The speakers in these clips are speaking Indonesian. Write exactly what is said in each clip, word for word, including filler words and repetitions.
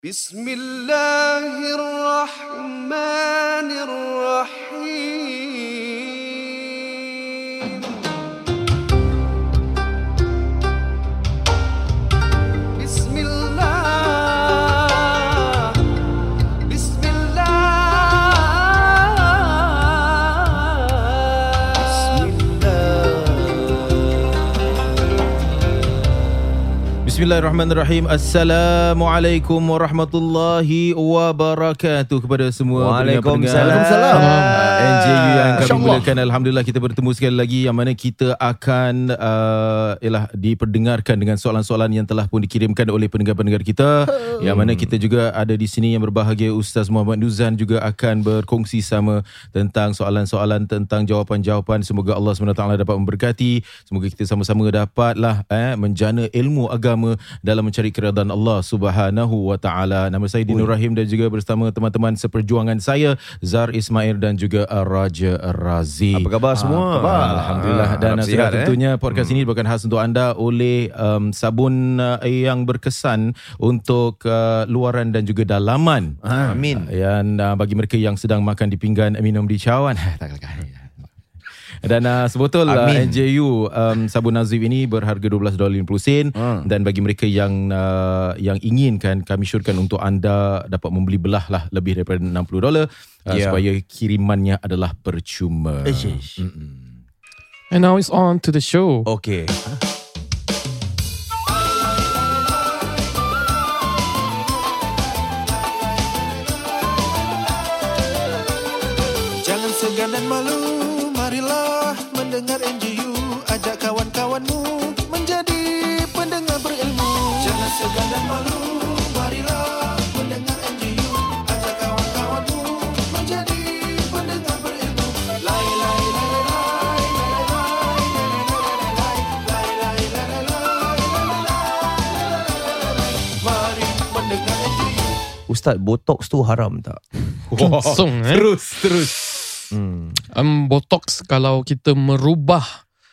Bismillahirrahmanirrahim. Bismillah. Bismillahirrahmanirrahim. Assalamualaikum warahmatullahi wabarakatuh kepada semua Waalaikumsalam. uh, N J U yang kami mulakan. Alhamdulillah kita bertemu sekali lagi, yang mana kita akan uh, ialah diperdengarkan dengan soalan-soalan yang telah pun dikirimkan oleh pendengar-pendengar kita. Yang mana kita juga ada di sini yang berbahagia Ustaz Muhammad Nuzan juga akan berkongsi sama tentang soalan-soalan, tentang jawapan-jawapan. Semoga Allah subhanahu wa taala dapat memberkati. Semoga kita sama-sama dapatlah eh, menjana ilmu agama dalam mencari keridaan Allah Subhanahu wa taala. Nama saya Dinur Rahim dan juga bersama teman-teman seperjuangan saya Zar Ismail dan juga Raja Razi. Apa khabar semua? Ah, Alhamdulillah. Dan Harap sudah sihat, tentunya eh? podcast hmm. ini bukan khas untuk anda oleh um, sabun uh, yang berkesan untuk uh, luaran dan juga dalaman. Ah, amin. Uh, yang uh, bagi mereka yang sedang makan di pinggan, minum di cawan. Tak kali. Dan uh, sebotol uh, N J U um, sabun Nazif ini berharga dua belas dolar lima puluh sen. Hmm. Dan bagi mereka yang uh, yang inginkan, kami syorkan untuk anda dapat membeli belah lah lebih daripada enam puluh dolar uh, yeah. supaya kirimannya adalah percuma. Mm-mm. And now it's on to the show. Okay. Jangan segan dan malu, marilah mendengar N J U. Ajak kawan-kawanmu menjadi pendengar berilmu. Jangan segan dan malu, marilah mendengar N J U. Ajak kawan-kawanmu menjadi pendengar berilmu. Lai lai lai lai lai lai lai lai lai. Mari mendengar N J U. Ustaz, botox tu haram tak? Langsung eh. Terus, terus. Hmm. Um, botox kalau kita merubah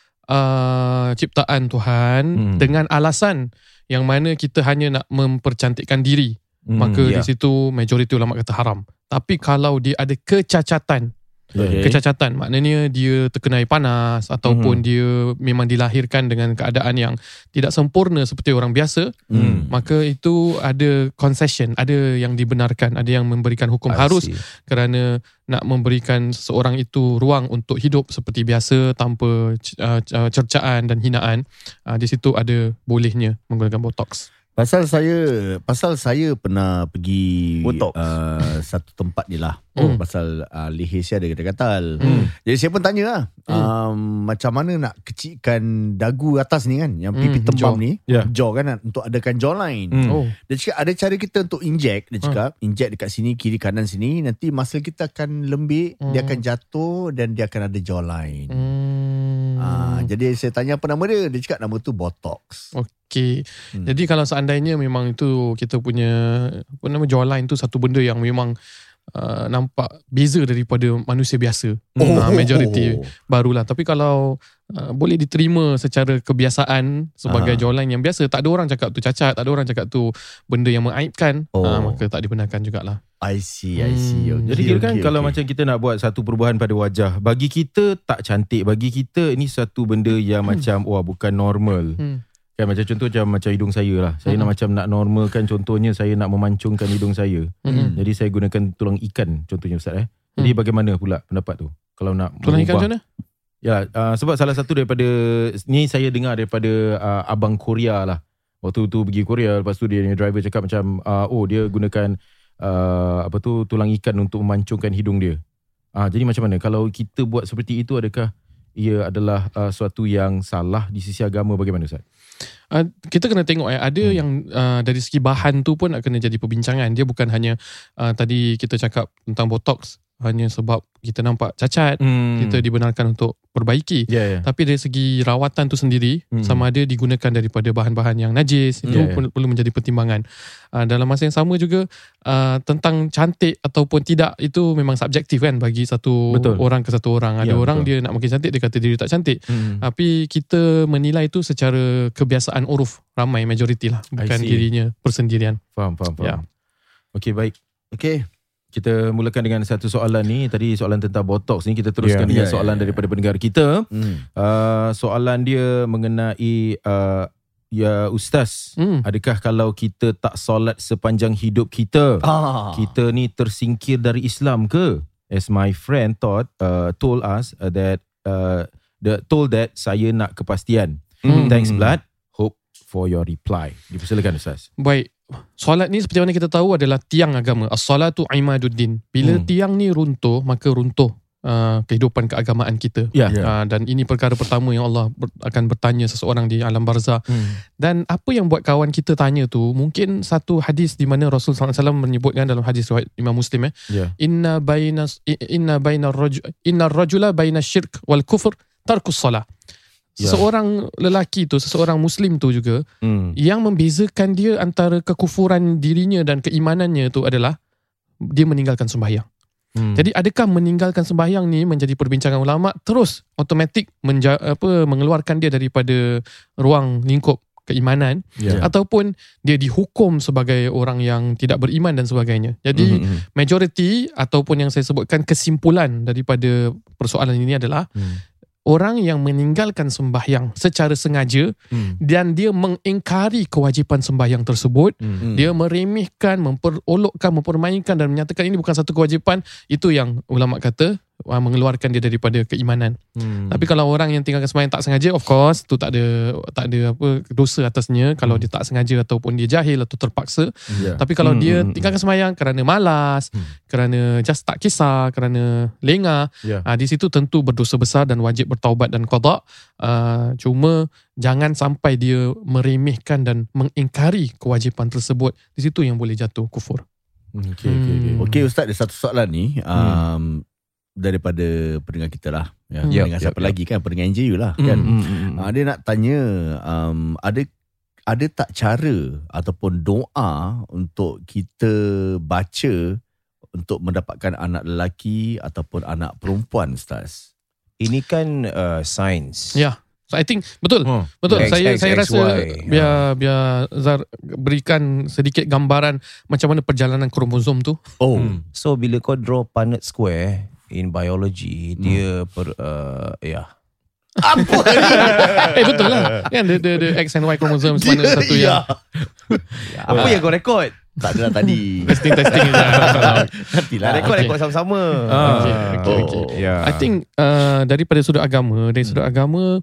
uh, ciptaan Tuhan hmm. dengan alasan yang mana kita hanya nak mempercantikkan diri, hmm, maka yeah. di situ majoriti ulama kata haram. Tapi kalau dia ada kecacatan, okay. kecacatan maknanya dia terkena air panas ataupun hmm. dia memang dilahirkan dengan keadaan yang tidak sempurna seperti orang biasa, hmm. maka itu ada concession, ada yang dibenarkan, ada yang memberikan hukum I harus see. kerana nak memberikan seseorang itu ruang untuk hidup seperti biasa tanpa uh, cercaan dan hinaan. Uh, di situ ada bolehnya menggunakan botox. Pasal saya pasal saya pernah pergi uh, satu tempat je lah. Oh, hmm. Pasal uh, leher saya ada gatal-gatal. Hmm. Jadi saya pun tanya lah, hmm. um, macam mana nak kecilkan dagu atas ni kan, yang pipi hmm, tembam jaw. ni, yeah. jaw kan, untuk adakan jawline. Hmm. Oh. Dia cakap ada cara kita untuk inject. Dia cakap hmm. inject dekat sini, kiri kanan sini, nanti muscle kita akan lembik, hmm. dia akan jatuh dan dia akan ada jawline. Hmm. Uh, jadi saya tanya apa nama dia, dia cakap nama tu botox. Okey. Hmm. Jadi kalau seandainya memang itu kita punya apa nama jawline tu satu benda yang memang Uh, nampak beza daripada manusia biasa, oh, uh, majoriti oh. barulah. Tapi kalau uh, boleh diterima secara kebiasaan sebagai uh-huh. jawline yang biasa, tak ada orang cakap tu cacat, tak ada orang cakap tu benda yang mengaibkan, oh. uh, maka tak dibenarkan jugalah. I see, I see. Hmm. Okay, Jadi kira kan okay, kalau okay. macam kita nak buat satu perubahan pada wajah, bagi kita tak cantik, bagi kita ini satu benda yang hmm. macam wah bukan normal. Hmm. Kan macam contoh macam, macam hidung saya lah. Saya mm-hmm. nak macam nak normalkan, contohnya saya nak memancungkan hidung saya. Mm-hmm. Jadi saya gunakan tulang ikan contohnya Ustaz eh. Jadi mm. bagaimana pula pendapat tu? Kalau nak tulang ikan macam mana? Ya, uh, sebab salah satu daripada ni saya dengar daripada uh, abang Korea lah. Waktu tu pergi Korea, lepas tu dia driver cakap macam uh, oh dia gunakan uh, apa tu tulang ikan untuk memancungkan hidung dia. Uh, jadi macam mana kalau kita buat seperti itu, adakah ia adalah uh, suatu yang salah di sisi agama, bagaimana Ustaz? Uh, kita kena tengok eh, ada hmm. yang uh, dari segi bahan tu pun nak kena jadi perbincangan. Dia bukan hanya uh, tadi kita cakap tentang botox hanya sebab kita nampak cacat, hmm. kita dibenarkan untuk perbaiki. Yeah, yeah. Tapi dari segi rawatan tu sendiri, hmm. sama ada digunakan daripada bahan-bahan yang najis, itu yeah, yeah. perlu menjadi pertimbangan. Uh, dalam masa yang sama juga, uh, tentang cantik ataupun tidak, itu memang subjektif kan bagi satu betul. orang ke satu orang. Ada yeah, orang betul. dia nak makin cantik, dia kata diri tak cantik. Hmm. Tapi kita menilai itu secara kebiasaan uruf ramai, majoriti lah. Bukan dirinya persendirian. Faham, faham, faham. Yeah. Okey, baik. Okey. Kita mulakan dengan satu soalan ni. Tadi soalan tentang botox ni. Kita teruskan Yeah. dengan Yeah, soalan yeah, daripada pendengar kita. Hmm. Uh, soalan dia mengenai uh, ya Ustaz, Hmm. adakah kalau kita tak solat sepanjang hidup kita, Ah. kita ni tersingkir dari Islam ke? As my friend thought uh, told us uh, that uh, the told that saya nak kepastian. Hmm. Thanks blood. Hope for your reply. Dipersilakan Ustaz. Baik. Solat ni seperti mana kita tahu adalah tiang agama. As-salatu imaduddin. Bila Hmm. tiang ni runtuh, maka runtuh uh, kehidupan keagamaan kita. Ya. Ya. Uh, dan ini perkara pertama yang Allah ber, akan bertanya seseorang di alam barzah. Hmm. Dan apa yang buat kawan kita tanya tu, mungkin satu hadis di mana Rasul sallallahu alaihi wasallam menyebutkan dalam hadis riwayat Imam Muslim eh, Ya. inna baina inna baina rajul inna rajula baina syirk wal kufr tarkus salah. Ya. Seseorang lelaki tu, seseorang Muslim tu juga, Hmm. yang membezakan dia antara kekufuran dirinya dan keimanannya tu adalah dia meninggalkan sembahyang. Hmm. Jadi adakah meninggalkan sembahyang ni menjadi perbincangan ulama terus automatik menja- apa mengeluarkan dia daripada ruang lingkup keimanan, Ya. ataupun dia dihukum sebagai orang yang tidak beriman dan sebagainya. Jadi Mhm. majoriti ataupun yang saya sebutkan kesimpulan daripada persoalan ini adalah Hmm. orang yang meninggalkan sembahyang secara sengaja Hmm. dan dia mengingkari kewajipan sembahyang tersebut, Hmm. dia meremehkan, memperolokkan, mempermainkan dan menyatakan ini bukan satu kewajipan, itu yang ulama kata uh, mengeluarkan dia daripada keimanan. Hmm. Tapi kalau orang yang tinggalkan sembahyang tak sengaja, of course tu tak ada tak ada apa dosa atasnya kalau Hmm. dia tak sengaja ataupun dia jahil atau terpaksa. Ya. Tapi kalau Hmm, dia hmm, tinggalkan sembahyang kerana malas, Hmm. kerana just tak kisah, kerana lengah, Ya. uh, di situ tentu berdosa besar dan wajib bertaubat dan qada. Uh, cuma jangan sampai dia meremehkan dan mengingkari kewajipan tersebut. Di situ yang boleh jatuh kufur. Okey, okey, okey. Hmm. Okey Ustaz, ada satu soalan ni um, daripada pendengar kita lah. Ya, Hmm. pendengar Yep, siapa yep, lagi kan? Pendengar N J U lah Hmm, kan. hmm, hmm, hmm. Uh, dia nak tanya um, ada ada tak cara ataupun doa untuk kita baca untuk mendapatkan anak lelaki ataupun anak perempuan, Ustaz? Ini kan uh, sains. Ya. So I think betul. Oh. Betul. X, saya X, saya X, rasa Y. biar biar Zar berikan sedikit gambaran macam mana perjalanan kromosom tu. Oh. Hmm. So bila kau draw Punnett square in biology, Hmm. dia per uh, ya. Apa ni? eh betul lah. Kan the, the, the X and Y kromosom mana Dia- satu ya. yang Apa yang kau rekod? Tak ada lah tadi. testing testing je. Nantilah. Rekod okay. rekod sama-sama. Ah, okay, okay, oh. okay. Ya. I think uh, daripada sudut agama, dari sudut agama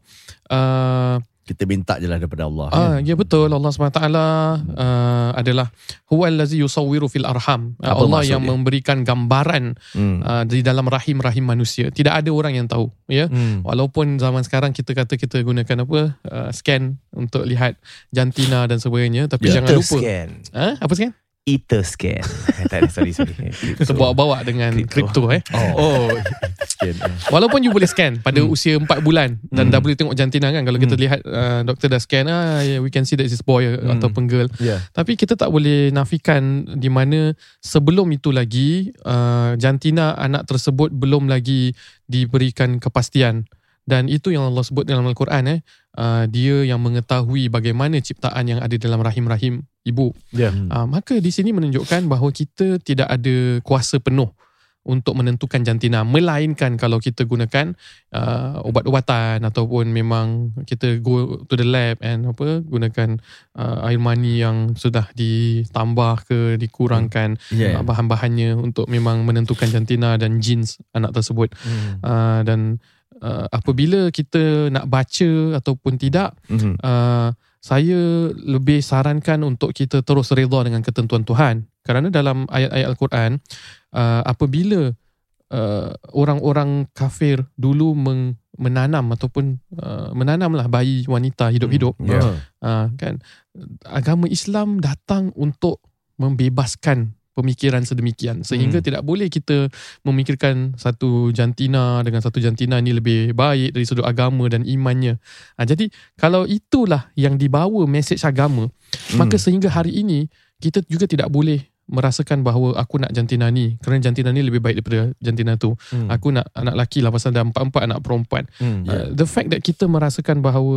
uh, Kita minta je lah daripada Allah. Ah, ya betul. Allah subhanahu wa taala uh, adalah huwallazi yusawwiru fil arham. Uh, Apa Allah maksud yang dia? memberikan gambaran Hmm. uh, di dalam rahim-rahim manusia. Tidak ada orang yang tahu, ya. Hmm. Walaupun zaman sekarang kita kata kita gunakan apa? Uh, scan untuk lihat jantina dan sebagainya, tapi Ya. jangan Eater lupa. scan. Ha? Apa scan? Eater scan. tak ada, sorry, sorry. Terbawa-bawa dengan kripto eh. Oh, scan. Walaupun you boleh scan pada Hmm. usia empat bulan dan Hmm. dah boleh tengok jantina kan. Kalau kita Hmm. lihat uh, doktor dah scan, ah, yeah, we can see that is boy Hmm. ataupun girl. Ya. Tapi kita tak boleh nafikan di mana sebelum itu lagi uh, jantina anak tersebut belum lagi diberikan kepastian. Dan itu yang Allah sebut dalam Al-Quran eh. Uh, dia yang mengetahui bagaimana ciptaan yang ada dalam rahim-rahim ibu. Ya. Uh, maka di sini menunjukkan bahawa kita tidak ada kuasa penuh untuk menentukan jantina. Melainkan kalau kita gunakan uh, ubat-ubatan ataupun memang kita go to the lab and apa gunakan uh, air mani yang sudah ditambah ke dikurangkan Yeah. uh, bahan-bahannya untuk memang menentukan jantina dan jeans anak tersebut. Hmm. Uh, dan uh, apabila kita nak baca ataupun tidak, Mhm. uh, saya lebih sarankan untuk kita terus redha dengan ketentuan Tuhan. Kerana dalam ayat-ayat Al-Quran, uh, apabila uh, orang-orang kafir dulu meng, menanam ataupun uh, menanamlah bayi wanita hidup-hidup, Ya. uh, kan, agama Islam datang untuk membebaskan pemikiran sedemikian sehingga Hmm. tidak boleh kita memikirkan satu jantina dengan satu jantina ni lebih baik dari sudut agama dan imannya. Ha, jadi kalau itulah yang dibawa mesej agama, Hmm. maka sehingga hari ini kita juga tidak boleh merasakan bahawa aku nak jantina ni kerana jantina ni lebih baik daripada jantina tu. Hmm. Aku nak anak lelaki lah pasal dah empat-empat anak perempuan. Hmm. Uh, the fact that kita merasakan bahawa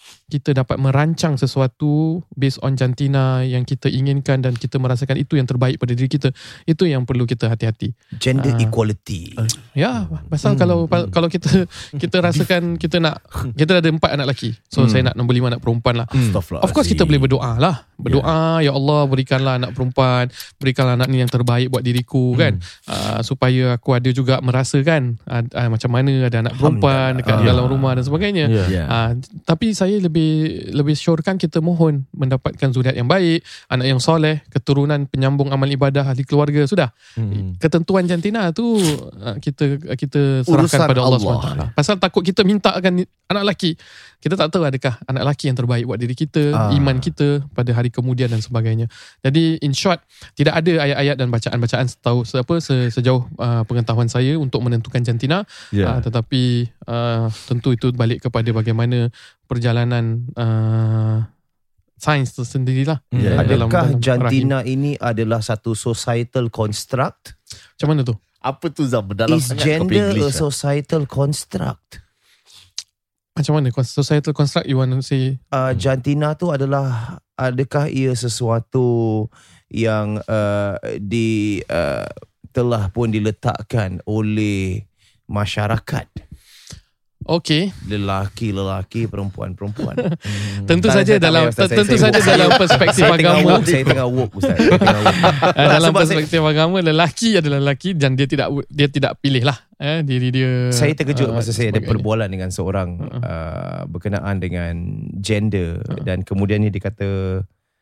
kita dapat merancang sesuatu based on jantina yang kita inginkan dan kita merasakan itu yang terbaik pada diri kita, itu yang perlu kita hati-hati. Gender Ah. equality. Ya, pasal Hmm. kalau kalau kita kita rasakan kita nak kita ada empat anak lelaki. So Hmm. saya nak nombor lima anak perempuan lah. Astaghfirullah. Of course kita boleh berdoa lah. Berdoa, ya Allah berikanlah anak perempuan, berikanlah anak ni yang terbaik buat diriku kan. Uh, supaya aku ada juga merasakan uh, uh, macam mana ada anak perempuan dekat Ah. dalam rumah dan sebagainya. Ya. Ya. Uh, tapi saya lebih lebih syorkan kita mohon mendapatkan zuriat yang baik, anak yang soleh, keturunan penyambung amal ibadah ahli keluarga, sudah. Hmm. Ketentuan jantina tu uh, kita kita serahkan Urusan pada Allah, Allah. subhanahu wa taala. Pasal takut kita mintakan anak lelaki, kita tak tahu adakah anak lelaki yang terbaik buat diri kita, Ah. iman kita pada hari kemudian dan sebagainya. Jadi in short, tidak ada ayat-ayat dan bacaan-bacaan setahu se- apa se- sejauh uh, pengetahuan saya untuk menentukan jantina. Ya. Uh, tetapi uh, tentu itu balik kepada bagaimana perjalanan uh, sains tu sendirilah. Ya. uh, dalam- Adakah dalam rahim. jantina ini adalah satu societal construct? Macam mana tu? Apa tu Zam? Dalam Is sangat gender kopi a English, lah. societal construct? Macam mana? Societal construct you want to say? Uh, jantina tu adalah, adakah ia sesuatu yang uh, di uh, telah pun diletakkan oleh masyarakat, Okay. lelaki-lelaki, perempuan-perempuan? Tentu Tak, saja saya tak dalam payah, Ustaz. Saya- tentu saya saja woke. dalam perspektif Saya tengah agama. woke, saya tengah woke Ustaz. Saya tengah woke. Eh, dalam sebab perspektif agama, lelaki adalah lelaki dan dia tidak dia tidak pilih lah eh, diri dia. Saya terkejut uh, masa saya ada sebagainya. perbualan dengan seorang Uh-uh. uh, berkenaan dengan gender, Uh-uh. dan kemudiannya dia kata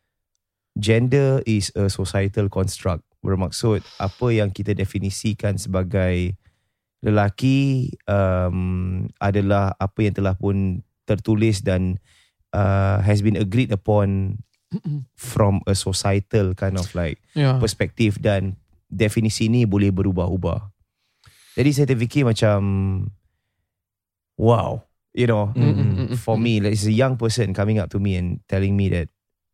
gender is a societal construct. Bermaksud apa yang kita definisikan sebagai lelaki um, adalah apa yang telah pun tertulis dan uh, has been agreed upon from a societal kind of like Ya. perspektif, dan definisi ni boleh berubah-ubah. Jadi saya terfikir macam wow, you know, Mm, mm, mm, mm. for me, like, it's a young person coming up to me and telling me that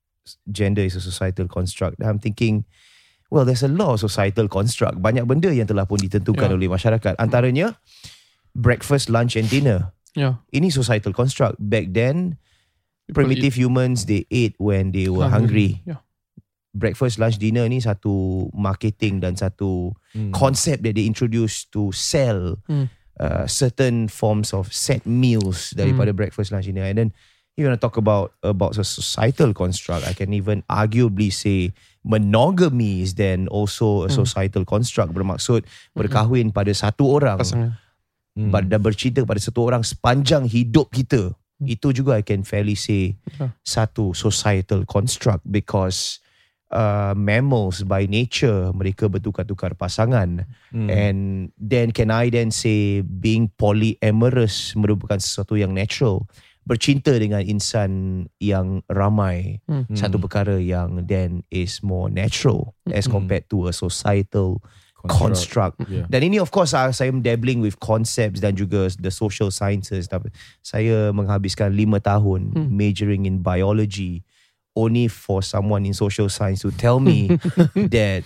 gender is a societal construct. I'm thinking, well, there's a lot of societal construct. Banyak benda yang telah pun ditentukan Ya. oleh masyarakat. Antaranya breakfast, lunch and dinner. Ya. Ini societal construct. Back then, primitive humans, they ate when they were hungry. Ya. Breakfast, lunch, dinner ni satu marketing dan satu Hmm. concept that they introduced to sell Hmm. uh, certain forms of set meals daripada breakfast, lunch, dinner. And then you want to talk about about a societal construct, I can even arguably say monogamy is then also a Hmm. societal construct. Bermaksud berkahwin pada satu orang Pasangan. Hmm. dan bercinta pada satu orang sepanjang hidup kita. Hmm. Itu juga I can fairly say Ya. satu societal construct, because uh, mammals by nature mereka bertukar-tukar pasangan. Hmm. And then can I then say being polyamorous merupakan sesuatu yang natural. Bercinta dengan insan yang ramai, Hmm. satu perkara yang then is more natural as Hmm. compared to a societal construct. Yeah. Dan ini of course uh, saya dabbling with concepts dan juga the social sciences. Tapi saya menghabiskan lima tahun Hmm. majoring in biology only for someone in social science to tell me that,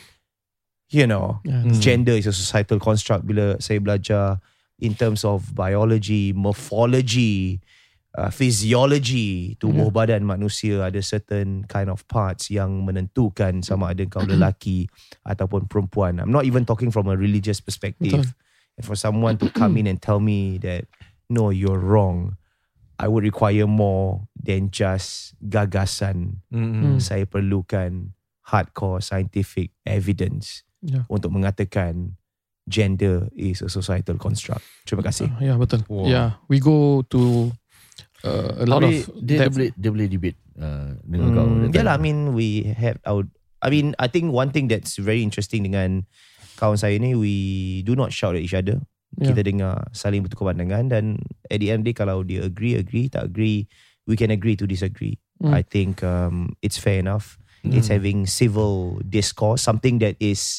you know, Ya. Hmm. gender is a societal construct. Bila saya belajar in terms of biology, morphology, uh, physiology, tubuh Yeah. badan manusia ada certain kind of parts yang menentukan sama ada kau lelaki ataupun perempuan. I'm not even talking from a religious perspective. Betul. And for someone to come in and tell me that no, you're wrong, I would require more than just gagasan. Hmm. Hmm. Saya perlukan hardcore scientific evidence Ya. untuk mengatakan gender is a societal construct. Terima kasih. Ah, Ya, betul. Wow. Ya, we go to uh, a lot Tapi of dia, dia depth. boleh dia boleh debate uh, dengan kau. Hmm, Dia yeah lah, I tanya. mean we have our, I mean I think one thing that's very interesting dengan kawan saya ni, we do not shout at each other. Ya. Kita dengar, saling bertukar pandangan, dan at the end of the day kalau dia agree, agree, tak agree, we can agree to disagree. Hmm. I think um, it's fair enough. It's having civil discourse, something that is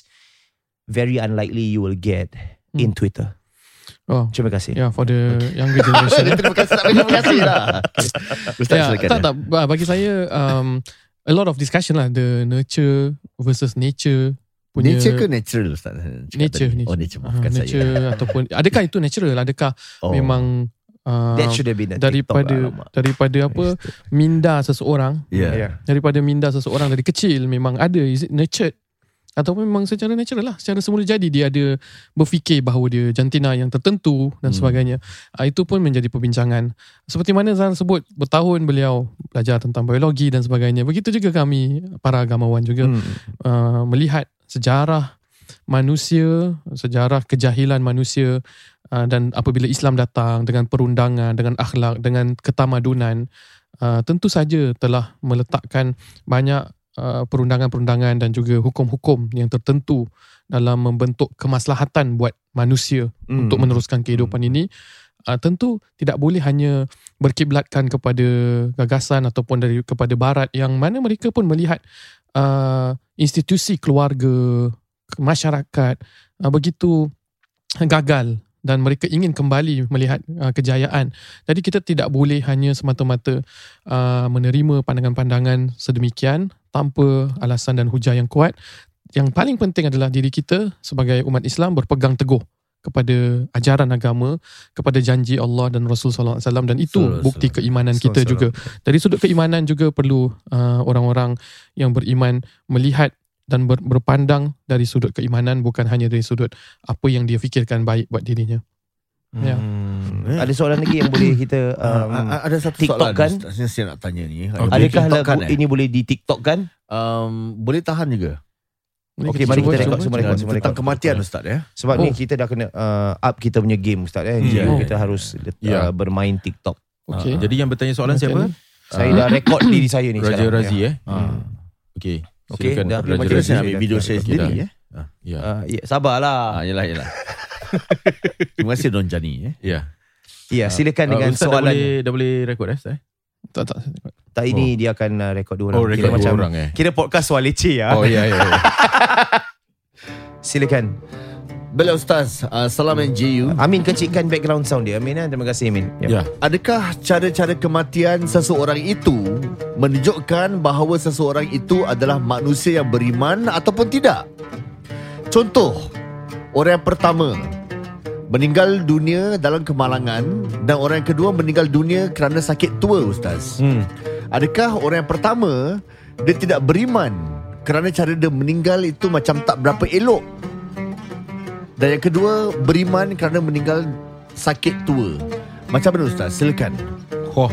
very unlikely you will get in Twitter. Oh. Terima kasih. Ya, for the younger generation. eh. Terima kasih, terima kasih lah. Ustaz Ya, silakan. tak, tak, ba- bagi saya um, a lot of discussion lah, the nurture versus nature punya. Nature ke natural Ustaz? Cakap Nature, tadi. nature. Oh nature, Ah, maafkan nature saya. ataupun adakah itu natural, adakah Oh. memang uh, That should have been a daripada TikTok lah, daripada apa minda seseorang, Yeah. Yeah. daripada minda seseorang dari kecil memang ada, is it nurtured ataupun memang secara natural lah, secara semula jadi dia ada berfikir bahawa dia jantina yang tertentu dan Hmm. sebagainya. Uh, itu pun menjadi perbincangan. Seperti mana Zal sebut, bertahun beliau belajar tentang biologi dan sebagainya. Begitu juga kami para agamawan juga Hmm. uh, melihat sejarah manusia, sejarah kejahilan manusia, uh, dan apabila Islam datang dengan perundangan, dengan akhlak, dengan ketamadunan, uh, tentu saja telah meletakkan banyak Uh, perundangan-perundangan dan juga hukum-hukum yang tertentu dalam membentuk kemaslahatan buat manusia Hmm. untuk meneruskan kehidupan ini. Uh, tentu tidak boleh hanya berkiblatkan kepada gagasan ataupun dari kepada barat yang mana mereka pun melihat uh, institusi keluarga, masyarakat uh, begitu gagal dan mereka ingin kembali melihat uh, kejayaan. Jadi kita tidak boleh hanya semata-mata uh, menerima pandangan-pandangan sedemikian tanpa alasan dan hujah yang kuat. Yang paling penting adalah diri kita sebagai umat Islam berpegang teguh kepada ajaran agama, kepada janji Allah dan Rasul sallallahu alaihi wasallam, dan itu Sallallahu bukti alaihi keimanan kita juga. Dari sudut keimanan juga perlu uh, orang-orang yang beriman melihat dan ber, berpandang dari sudut keimanan, bukan hanya dari sudut apa yang dia fikirkan baik buat dirinya. Ya. Hmm. Ada soalan lagi yang boleh kita um, Uh, ada satu TikTok soalan kan? Ustaz, yang saya nak tanya ni. adakah Boleh TikTok lagu kan, eh? ini boleh di TikTok kan? Um, boleh tahan juga. Okey, mari kita rekod semua, rekod semua, Tentang rekod. kematian Ustaz ya. Sebab Oh. ni kita dah kena uh, up kita punya game Ustaz eh. Hmm. Jadi Oh. kita harus uh, Ya. bermain TikTok. Okey. Ah, jadi yang bertanya soalan Macam siapa? ni. Saya Ah. dah rekod diri saya ni Raja sekarang. Razi Ya. eh. Ah. Okey. Okey, Silakan dah. Raja Macam Raja mana saya Razi. nak ambil video saya Okey, sendiri dah. eh? Ya. Uh, ya, sabarlah. Ah, yelah yelah. Terima kasih Don Jani eh. Ya. Ya, silakan Ah, dengan Ustaz dah soalan. boleh dah boleh rekod eh? Ustaz? Tak, tak. Tak, ini dia akan uh, rekod dua orang. Oh, Kira rekod macam dua orang eh. kira podcast soal leceh ya. Oh ya ya. ya. Silakan. Bela Ustaz, uh, salam N J U. Amin kecilkan background sound dia. Amin. eh. Terima kasih Amin. Ya. Adakah cara-cara kematian seseorang itu menunjukkan bahawa seseorang itu adalah manusia yang beriman ataupun tidak? Contoh, orang yang pertama meninggal dunia dalam kemalangan dan orang yang kedua meninggal dunia kerana sakit tua, Ustaz. Hmm. Adakah orang yang pertama dia tidak beriman kerana cara dia meninggal itu macam tak berapa elok, dan yang kedua beriman kerana meninggal sakit tua? Macam mana Ustaz? Silakan. Oh.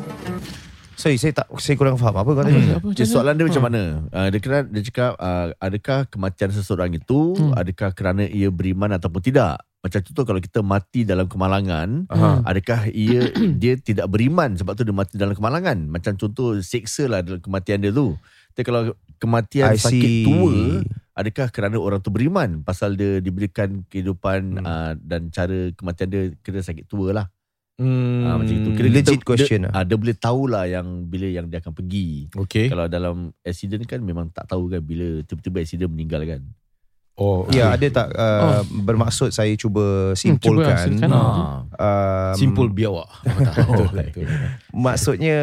Sorry, saya tak saya kurang faham apa kau tadi. Hmm. Apa, Jadi macam soalan dia mana? macam mana? Uh, dia kena dia cakap uh, adakah kematian seseorang itu Hmm. adakah kerana ia beriman ataupun tidak? Macam contoh kalau kita mati dalam kemalangan, Aha. adakah ia dia tidak beriman sebab tu dia mati dalam kemalangan? Macam contoh seksa lah dalam kematian dia tu. Tapi kalau kematian I sakit see. tua, adakah kerana orang tu beriman pasal dia diberikan kehidupan Hmm. uh, dan cara kematian dia kena sakit tua lah. Hmm. Ah, macam itu. Kira Legit kita, question dia, lah. ah, dia boleh tahulah yang bila yang dia akan pergi. Okey. Kalau dalam accident kan memang tak tahu kan bila tiba-tiba accident meninggal kan. Oh. Ya, okey. ada tak uh, bermaksud saya cuba simpulkan. Hmm, cuba hasilkan. Ah. um, Simpul biawak. Oh, Betul. Maksudnya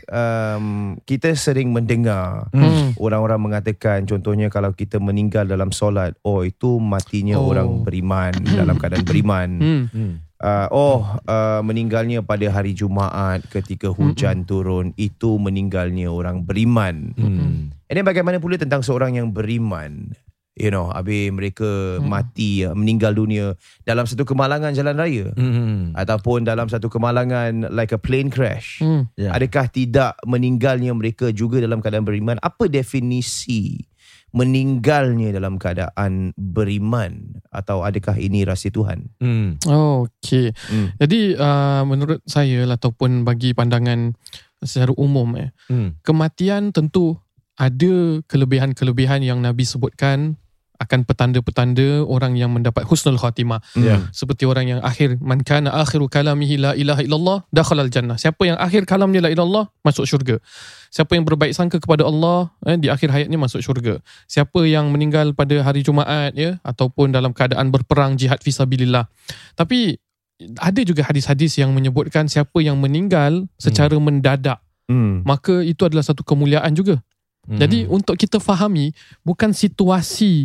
um, kita sering mendengar Hmm. orang-orang mengatakan, contohnya kalau kita meninggal dalam solat, oh itu matinya Oh. orang beriman, dalam keadaan beriman. Hmm. Hmm. Uh, oh uh, meninggalnya pada hari Jumaat ketika hujan turun, itu meninggalnya orang beriman. Hmm. And then bagaimana pula tentang seorang yang beriman, you know, habis mereka Hmm. mati, uh, meninggal dunia dalam satu kemalangan jalan raya, Hmm. ataupun dalam satu kemalangan like a plane crash. Hmm. Ya. Adakah tidak meninggalnya mereka juga dalam keadaan beriman? Apa definisi meninggalnya dalam keadaan beriman? Atau adakah ini rahsia Tuhan? Hmm. Oh, okey. Hmm. Jadi uh, menurut saya lah, ataupun bagi pandangan secara umum eh, Hmm. kematian tentu ada kelebihan-kelebihan yang Nabi sebutkan akan petanda-petanda orang yang mendapat husnul khatimah. Ya. Seperti orang yang akhir, man kana akhiru kalamihi la ilaha illallah dakhalal jannah. Siapa yang akhir kalamnya la ilaha illallah masuk syurga. Siapa yang berbaik sangka kepada Allah eh, di akhir hayatnya masuk syurga. Siapa yang meninggal pada hari Jumaat ya, ataupun dalam keadaan berperang jihad fisabilillah. Tapi ada juga hadis-hadis yang menyebutkan siapa yang meninggal secara mendadak, Hmm. maka itu adalah satu kemuliaan juga. Hmm. Jadi untuk kita fahami, bukan situasi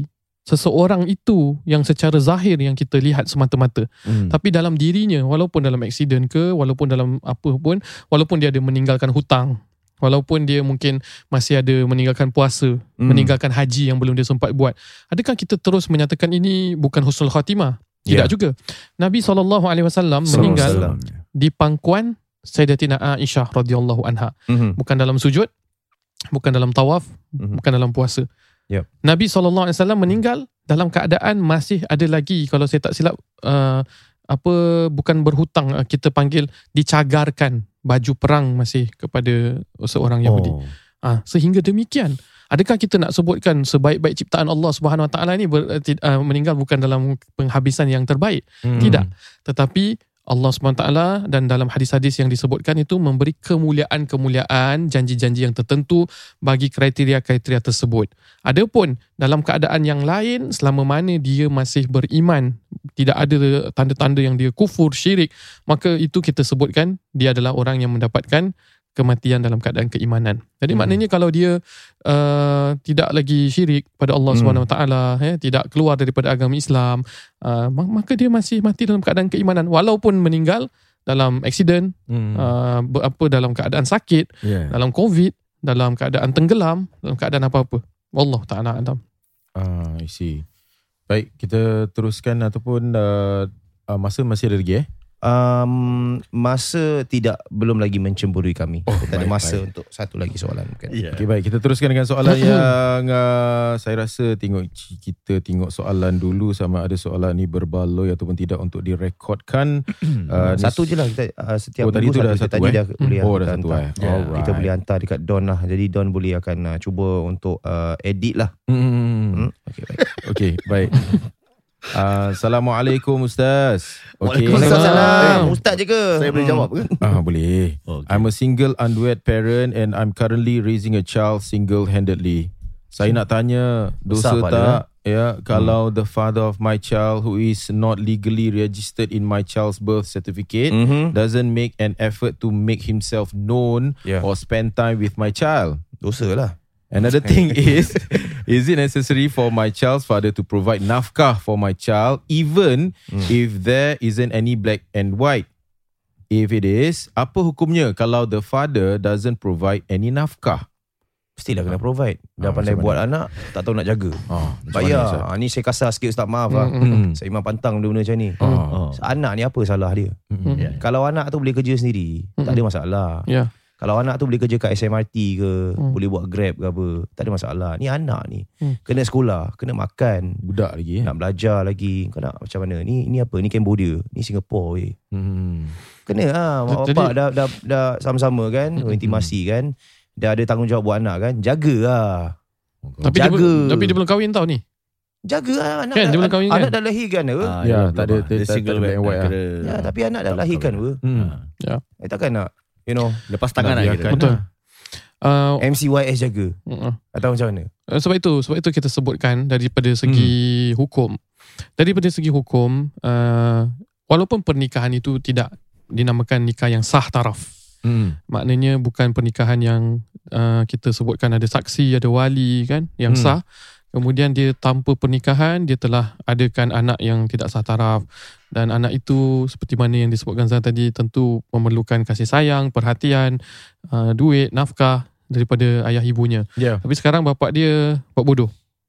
seseorang itu yang secara zahir yang kita lihat semata-mata. Hmm. Tapi dalam dirinya, walaupun dalam aksiden ke, walaupun dalam apa pun, walaupun dia ada meninggalkan hutang, walaupun dia mungkin masih ada meninggalkan puasa, hmm. meninggalkan haji yang belum dia sempat buat, adakah kita terus menyatakan ini bukan husnul khatimah? Tidak yeah. juga. Nabi sallallahu alaihi wasallam meninggal di pangkuan Sayyidatina Aisyah radhiyallahu anha. Mm-hmm. Bukan dalam sujud, bukan dalam tawaf, mm-hmm. bukan dalam puasa. Yep. Nabi sallallahu alaihi wasallam meninggal dalam keadaan masih ada lagi, kalau saya tak silap, uh, apa bukan berhutang, uh, kita panggil dicagarkan baju perang masih kepada seorang Yahudi. Oh. Uh, sehingga demikian. Adakah kita nak sebutkan sebaik-baik ciptaan Allah Subhanahu Wa Taala ni ber, uh, meninggal bukan dalam penghabisan yang terbaik? Hmm. Tidak. Tetapi Allah Subhanahu Wa Taala dan dalam hadis-hadis yang disebutkan itu memberi kemuliaan-kemuliaan, janji-janji yang tertentu bagi kriteria-kriteria tersebut. Adapun dalam keadaan yang lain, selama mana dia masih beriman, tidak ada tanda-tanda yang dia kufur, syirik, maka itu kita sebutkan dia adalah orang yang mendapatkan kematian dalam keadaan keimanan. Jadi hmm. maknanya kalau dia uh, tidak lagi syirik pada Allah hmm. Subhanahu Wa Taala, eh, tidak keluar daripada agama Islam, uh, maka dia masih mati dalam keadaan keimanan walaupun meninggal dalam aksiden, hmm. uh, apa dalam keadaan sakit, yeah. dalam COVID, dalam keadaan tenggelam, dalam keadaan apa-apa. Wallahu taala alam. Ah, I see. Baik, kita teruskan ataupun uh, uh, masa masih ada lagi eh? Um, masa tidak belum lagi mencemburui kami. Oh, kita ada masa baik. Untuk satu lagi soalan. Yeah. Okay, baik. Kita teruskan dengan soalan yang uh, saya rasa tengok kita tengok soalan dulu sama ada soalan ni berbaloi ataupun tidak untuk direkodkan. uh, satu je lah kita uh, setiap oh, tadi tu dah satu, tadi eh? dah boleh oh, dah satu eh? yeah. Kita boleh hantar dekat Don lah. Jadi Don boleh akan uh, cuba untuk uh, edit lah. Hmm. Hmm? Okay, baik. Okay, baik. Uh, Assalamualaikum Ustaz. Okay. Waalaikumsalam. Ustaz je ke? Saya boleh jawab ke? Ah, boleh. Okay. I'm a single unwed parent and I'm currently raising a child single-handedly. Saya nak tanya, dosa tak ya kalau hmm. the father of my child who is not legally registered in my child's birth certificate mm-hmm. doesn't make an effort to make himself known yeah. or spend time with my child? Dosa lah. Another thing is, is it necessary for my child's father to provide nafkah for my child even hmm. if there isn't any black and white? If it is, apa hukumnya kalau the father doesn't provide any nafkah? Mestilah kena provide. Dah ah, pandai buat mana? Anak, tak tahu nak jaga. Ah, bayar. Ah, ni saya kasar sikit Ustaz, maaf lah. Mm-hmm. Saya memang pantang benda-benda macam ni. Ah. Anak ni apa salah dia? Mm-hmm. Yeah. Kalau anak tu boleh kerja sendiri, mm-hmm. tak ada masalah. Yeah. Kalau anak tu boleh kerja kat S M R T ke, hmm. boleh buat Grab ke apa, tak ada masalah. Ni anak ni. Hmm. Kena sekolah, kena makan. Budak lagi. Nak belajar lagi. Kau nak macam mana? Ni ni apa? Ni Cambodia. Ni Singapore weh. Hmm. Kena lah. Mak bapak dah, dah, dah sama-sama kan. Hmm. Intimasi kan. Dah ada tanggungjawab buat anak kan. Jaga lah. Tapi Jaga. Dia, tapi dia belum kahwin tau ni. Jaga lah anak. Kan, dia belum kahwin anak kan? dah lahirkan ke? Ah, ya, tak ada. Dia single black and white lah. Ya, tapi anak dah lahirkan ke? Hmm. Ya. Eh, takkan nak, you know, lepas tangan lah kita. Betul. Uh, M C Y S jaga uh, atau macam mana? Uh, sebab itu sebab itu kita sebutkan daripada segi hmm. hukum. Daripada segi hukum, uh, walaupun pernikahan itu tidak dinamakan nikah yang sah taraf. Hmm. Maknanya bukan pernikahan yang uh, kita sebutkan ada saksi, ada wali kan, yang hmm. sah. Kemudian dia tanpa pernikahan, dia telah adakan anak yang tidak sah taraf. Dan anak itu seperti mana yang disebutkan Zan tadi, tentu memerlukan kasih sayang, perhatian, uh, duit, nafkah daripada ayah ibunya. Yeah. Tapi sekarang bapak dia buat bodoh.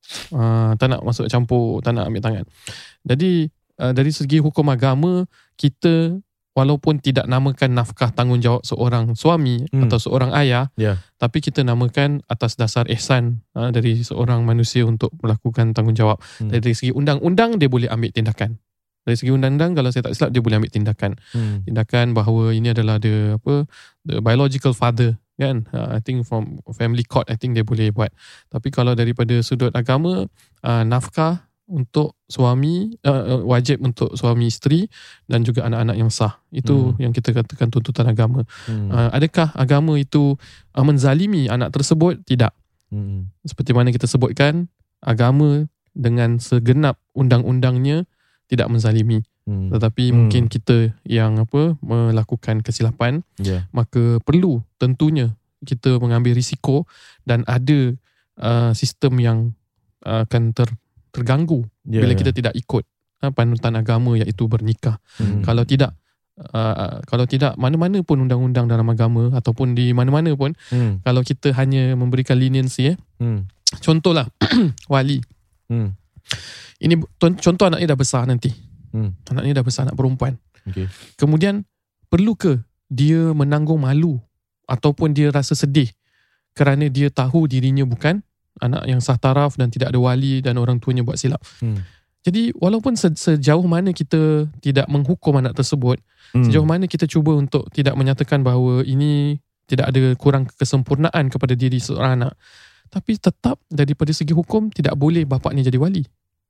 Uh, tak nak masuk campur, tak nak ambil tangan. Jadi uh, dari segi hukum agama, kita walaupun tidak namakan nafkah tanggungjawab seorang suami hmm. atau seorang ayah, yeah. tapi kita namakan atas dasar ihsan uh, dari seorang manusia untuk melakukan tanggungjawab. Hmm. Dari segi undang-undang, dia boleh ambil tindakan. Dari segi undang-undang, kalau saya tak silap, dia boleh ambil tindakan. Hmm. Tindakan bahawa ini adalah the, apa, the biological father. Kan? Uh, I think from family court, I think dia boleh buat. Tapi kalau daripada sudut agama, uh, nafkah untuk suami, uh, wajib untuk suami isteri dan juga anak-anak yang sah. Itu hmm. yang kita katakan tuntutan agama. Hmm. Uh, adakah agama itu uh, menzalimi anak tersebut? Tidak. Hmm. Seperti mana kita sebutkan, agama dengan segenap undang-undangnya tidak menzalimi. Hmm. Tetapi hmm. mungkin kita yang apa melakukan kesilapan, yeah. maka perlu tentunya kita mengambil risiko dan ada uh, sistem yang uh, akan ter terganggu yeah, bila yeah. kita tidak ikut uh, panutan agama iaitu bernikah. Hmm. Kalau tidak Uh, kalau tidak mana-mana pun undang-undang dalam agama ataupun di mana-mana pun hmm. kalau kita hanya memberikan leniency eh. Hmm. Contohlah wali. Hmm. Ini contoh anak ni dah besar nanti. Hmm. Anak ni dah besar, anak perempuan. Okay. Kemudian perlu ke dia menanggung malu ataupun dia rasa sedih kerana dia tahu dirinya bukan anak yang sah taraf dan tidak ada wali dan orang tuanya buat silap. Hmm. Jadi walaupun sejauh mana kita tidak menghukum anak tersebut, hmm. sejauh mana kita cuba untuk tidak menyatakan bahawa ini tidak ada kurang kesempurnaan kepada diri seorang anak, tapi tetap daripada segi hukum tidak boleh bapaknya jadi wali.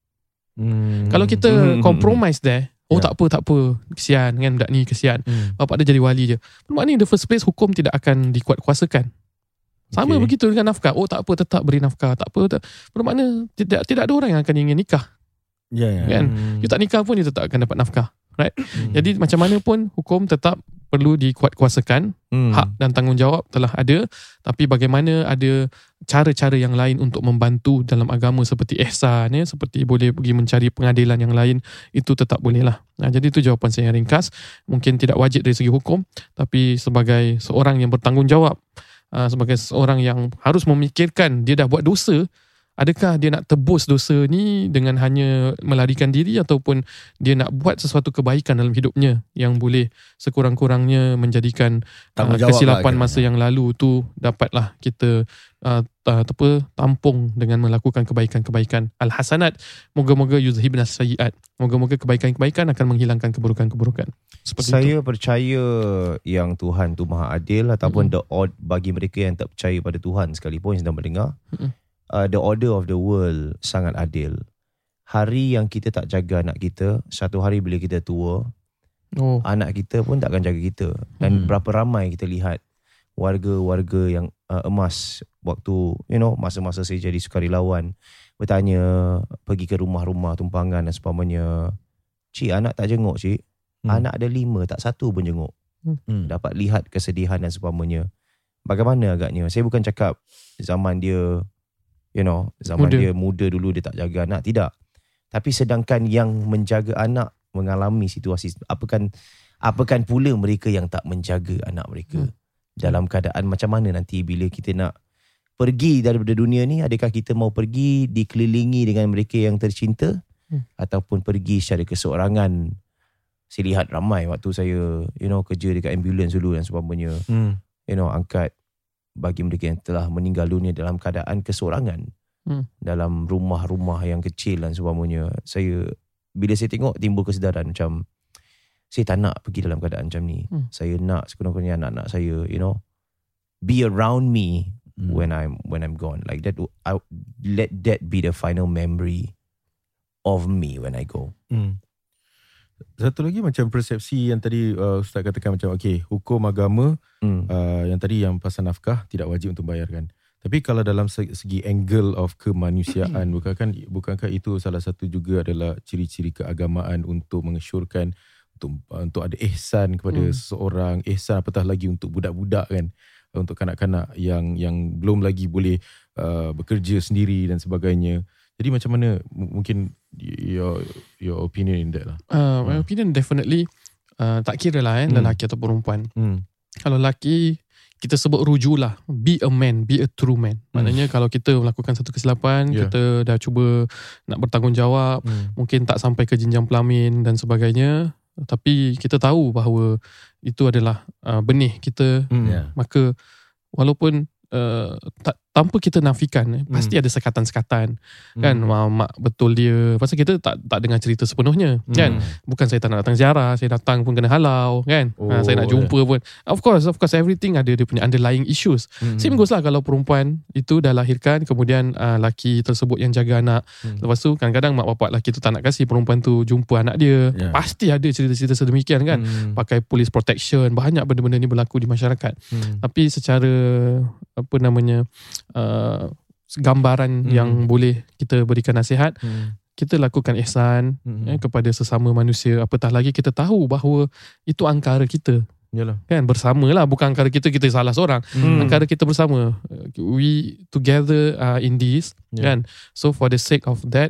Hmm. Kalau kita hmm. compromise there, oh yeah. tak apa, tak apa, kesian kan budak ni, kesian. Hmm. Bapak dia jadi wali je. Bermakna in the first place hukum tidak akan dikuat-kuasakan. Sama okay. begitu dengan nafkah. Oh tak apa, tetap beri nafkah. Tak apa, tak. Bermakna tidak tidak ada orang yang akan ingin nikah. Ya, yeah, yeah. kan? Hmm. You tak nikah pun you tetap akan dapat nafkah, right? Hmm. Jadi macam mana pun hukum tetap perlu dikuatkuasakan. Hmm. Hak dan tanggungjawab telah ada, tapi bagaimana ada cara-cara yang lain untuk membantu dalam agama seperti ihsan ya, seperti boleh pergi mencari pengadilan yang lain, itu tetap boleh lah. Nah, jadi itu jawapan saya yang ringkas. Mungkin tidak wajib dari segi hukum, tapi sebagai seorang yang bertanggungjawab, sebagai seorang yang harus memikirkan dia dah buat dosa, adakah dia nak tebus dosa ni dengan hanya melarikan diri ataupun dia nak buat sesuatu kebaikan dalam hidupnya yang boleh sekurang-kurangnya menjadikan uh, kesilapan lah, masa yang lalu tu dapatlah kita uh, apa, tampung dengan melakukan kebaikan-kebaikan. Al-hasanat, moga-moga yuzhibna sayyiat. Moga-moga kebaikan-kebaikan akan menghilangkan keburukan-keburukan. Seperti Saya itu. percaya yang Tuhan tu maha adil ataupun mm-hmm. the odd bagi mereka yang tak percaya pada Tuhan sekalipun yang sedang mendengar. Mm-hmm. Uh, the order of the world sangat adil. Hari yang kita tak jaga anak kita, satu hari bila kita tua, oh. anak kita pun tak akan jaga kita. Dan hmm. berapa ramai kita lihat warga-warga yang uh, emas waktu, you know, masa-masa saya jadi sukarelawan, bertanya, pergi ke rumah-rumah tumpangan dan sebagainya. Cik, anak tak jenguk cik. Hmm. Anak ada lima, tak satu pun jenguk. Hmm. Dapat lihat kesedihan dan sebagainya. Bagaimana agaknya? Saya bukan cakap zaman dia, you know, zaman muda. dia muda dulu dia tak jaga anak, tidak. Tapi sedangkan yang menjaga anak mengalami situasi, apakan apakan pula mereka yang tak menjaga anak mereka. Hmm. Dalam keadaan macam mana nanti bila kita nak pergi daripada dunia ni, adakah kita mau pergi dikelilingi dengan mereka yang tercinta hmm. ataupun pergi secara keseorangan? Saya lihat ramai waktu saya, you know, kerja dekat ambulans dulu dan sebagainya. Hmm. You know, angkat bagi mereka yang telah meninggal dunia dalam keadaan kesorangan hmm. dalam rumah-rumah yang kecil dan sebagainya. Saya, bila saya tengok, timbul kesedaran macam saya tak nak pergi dalam keadaan macam ni. Hmm. Saya nak sekurang-kurangnya anak-anak saya, you know, be around me hmm. when I'm when I'm gone. Like that, I, let that be the final memory of me when I go. Hmm. Satu lagi macam persepsi yang tadi uh, Ustaz katakan macam okay, hukum agama hmm. uh, yang tadi yang pasal nafkah tidak wajib untuk bayarkan. Tapi kalau dalam segi angle of kemanusiaan, bukankah bukankah itu salah satu juga adalah ciri-ciri keagamaan untuk mengesyorkan untuk untuk ada ihsan kepada hmm. seseorang, ihsan apatah lagi untuk budak-budak kan, untuk kanak-kanak yang yang belum lagi boleh uh, bekerja sendiri dan sebagainya. Jadi macam mana mungkin your your opinion in that lah? Uh, my hmm. opinion definitely uh, tak kira lah eh, hmm. lelaki atau perempuan. Hmm. Kalau lelaki, kita sebut rujulah, be a man, be a true man. Hmm. Maknanya kalau kita melakukan satu kesilapan, yeah. kita dah cuba nak bertanggungjawab, hmm. mungkin tak sampai ke jenjang pelamin dan sebagainya, tapi kita tahu bahawa itu adalah uh, benih kita, hmm. yeah. maka walaupun uh, tak, tanpa kita nafikan, eh, pasti hmm. ada sekatan-sekatan hmm. kan, mak, mak betul dia, pasal kita tak tak dengar cerita sepenuhnya hmm. kan. Bukan saya tak nak datang ziarah, saya datang pun kena halau kan. Oh, ha, saya nak jumpa yeah. pun, of course of course everything ada dia punya underlying issues. hmm. Same goes lah kalau perempuan itu dah lahirkan, kemudian uh, laki tersebut yang jaga anak, hmm. lepas tu kadang-kadang mak bapak laki tu tak nak kasih perempuan tu jumpa anak dia, yeah. pasti ada cerita-cerita sedemikian kan. hmm. Pakai police protection, banyak benda-benda ni berlaku di masyarakat. hmm. Tapi secara apa namanya, Uh, gambaran hmm. yang boleh kita berikan nasihat, hmm. kita lakukan ihsan hmm. eh, kepada sesama manusia. Apatah lagi kita tahu bahawa itu angkara kita. Yalah. Kan, bersamalah, bukan angkara kita kita salah seorang. hmm. Angkara kita bersama, we together uh, in this, yeah. kan. So for the sake of that,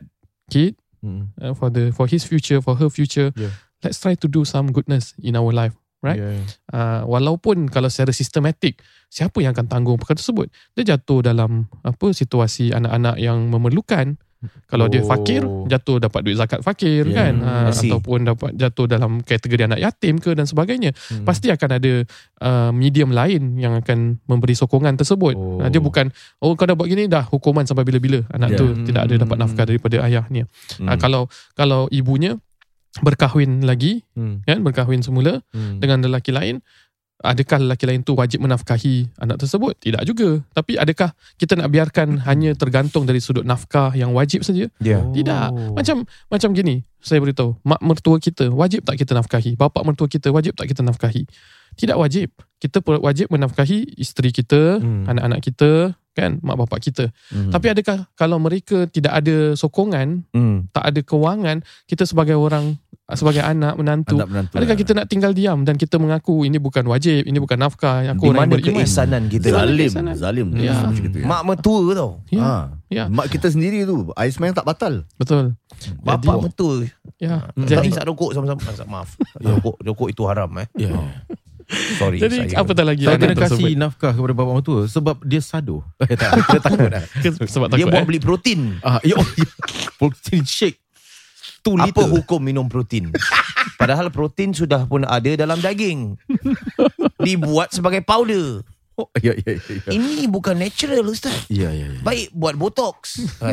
kid, Hmm. uh, for the for his future, for her future. Yeah. Let's try to do some goodness in our life, right? Yeah. Uh, walaupun kalau secara sistematik, siapa yang akan tanggung perkara tersebut? Dia jatuh dalam apa situasi anak-anak yang memerlukan. Kalau dia fakir, jatuh dapat duit zakat fakir, Yeah. kan, Hmm, uh, I see. ataupun dapat jatuh dalam kategori anak yatim ke dan sebagainya. Hmm. Pasti akan ada uh, medium lain yang akan memberi sokongan tersebut. Oh. Uh, dia bukan, oh kau dah buat gini dah hukuman sampai bila-bila. Anak Yeah. tu tidak ada dapat nafkah daripada ayahnya. Uh, kalau kalau ibunya berkahwin lagi, Hmm. kan, berkahwin semula Hmm. dengan lelaki lain, adakah lelaki lain tu wajib menafkahi anak tersebut? Tidak juga. Tapi adakah kita nak biarkan hanya tergantung dari sudut nafkah yang wajib saja? Yeah. Oh. Tidak. Macam macam gini, saya beritahu, mak mertua kita wajib tak kita nafkahi? Bapa mertua kita wajib tak kita nafkahi? Tidak wajib. Kita wajib menafkahi isteri kita, Hmm. anak-anak kita, kan, mak bapak kita. Hmm. Tapi adakah kalau mereka tidak ada sokongan, Hmm. tak ada kewangan, kita sebagai orang, sebagai anak menantu, Anak menantu, adakah lah. kita nak tinggal diam dan kita mengaku ini bukan wajib, ini bukan nafkah, Di aku orang mana yang beriman? keisanan kita? Zalim, Sana. zalim. Ya. Macam gitu, ya. Mak mertua tau. Ya, Ha. ya. Mak kita sendiri tu air semayang tak batal. betul. Bapak mertua. Ya, Tak jadi isap rokok sama-sama. Maaf. Rokok, rokok itu haram eh. Ya. Sorry. jadi saya. apatah lagi Saya anak kena kasih tersebut nafkah kepada bapa mertua sebab dia sado. Eh, tak, kita takut dah. Ke- sebab Dia takut buat eh. beli protein. Ah, ya, oh, ya. Protein shake. Tu Apa liter. hukum minum protein? Padahal protein sudah pun ada dalam daging. Dibuat sebagai powder. Oh, ya, ya, ya. Ya, Ini bukan natural, Ustaz. ya, ya. ya. Baik buat botox. Oh,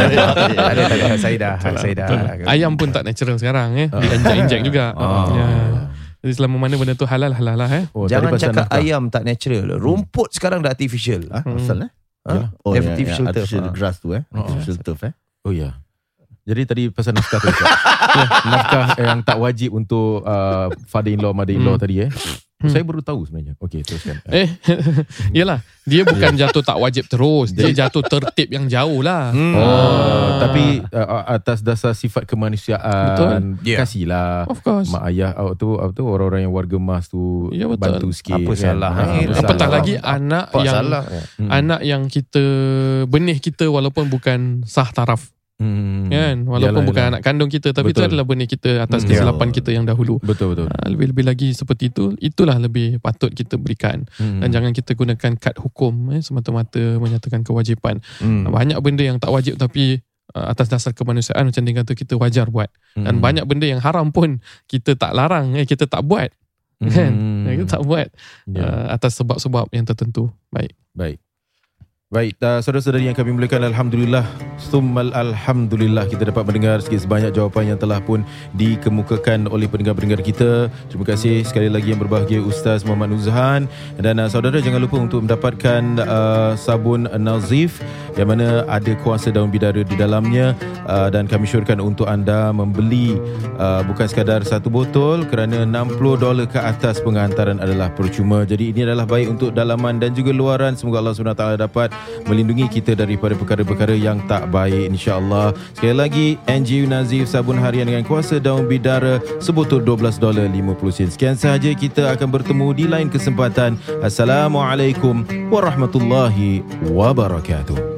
Ada, ada, ada. Saya dah, saya dah. Ayam pun tak natural sekarang eh. Dia inject-inject juga. Ah. Ya. Jadi selama mana benda tu halal halal lah eh. Oh, tadi Jangan pasal cakap nafkah. ayam tak natural. Rumput sekarang dah artificial. Ah, pasal eh? Ha? Oh, Artificial ya, ya, turf. artificial Ah. grass tu eh. Oh. Artificial turf eh. Oh ya. Jadi tadi pasal nafkah tadi. Ustaz. Nafkah yang tak wajib untuk uh, father-in-law, mother-in-law Hmm. tadi eh. Hmm. Saya baru tahu sebenarnya. Okey, teruskan. Eh, yelah. Dia bukan jatuh tak wajib terus. Dia jatuh tertib yang jauh lah. Hmm. Oh, Ah. tapi uh, atas dasar sifat kemanusiaan, Betul. Yeah. kasihlah Of course. mak ayah awak tu apa tu orang-orang yang warga emas tu Ya, betul. bantu sikit. Apa salah, Ha, eh? apa Apatah salah. lagi anak Apa yang salah? Hmm. anak yang kita benih kita walaupun bukan sah taraf. Hmm. Kan, walaupun Yalah, bukan yalah. anak kandung kita, tapi Betul. itu adalah benih kita atas Hmm. kesilapan kita yang dahulu. Betul betul. Ha, lebih-lebih lagi seperti itu, itulah lebih patut kita berikan. Hmm. Dan jangan kita gunakan kad hukum eh, semata-mata menyatakan kewajipan. Hmm. Banyak benda yang tak wajib tapi uh, atas dasar kemanusiaan macam dia kata kita wajar buat. Dan Hmm. banyak benda yang haram pun kita tak larang, eh, kita tak buat. Kan? Hmm. Kita tak buat Ya. uh, atas sebab-sebab yang tertentu. Baik. Baik. Baik, uh, saudara-saudari yang kami muliakan, Alhamdulillah, summal Alhamdulillah kita dapat mendengar sikit sebanyak jawapan yang telah pun dikemukakan oleh pendengar-pendengar kita. Terima kasih sekali lagi yang berbahagia Ustaz Muhammad Nuzhan. Dan uh, saudara jangan lupa untuk mendapatkan uh, sabun Nazif yang mana ada kuasa daun bidara di dalamnya, uh, dan kami syorkan untuk anda membeli uh, bukan sekadar satu botol kerana enam puluh dolar ke atas penghantaran adalah percuma. Jadi ini adalah baik untuk dalaman dan juga luaran. Semoga Allah subhanahu wa taala dapat melindungi kita daripada perkara-perkara yang tak baik, insya-Allah. Sekali lagi, N J U Nazif sabun harian dengan kuasa daun bidara sebotol dua belas dolar lima puluh sen. Sekian sahaja, kita akan bertemu di lain kesempatan. Assalamualaikum warahmatullahi wabarakatuh.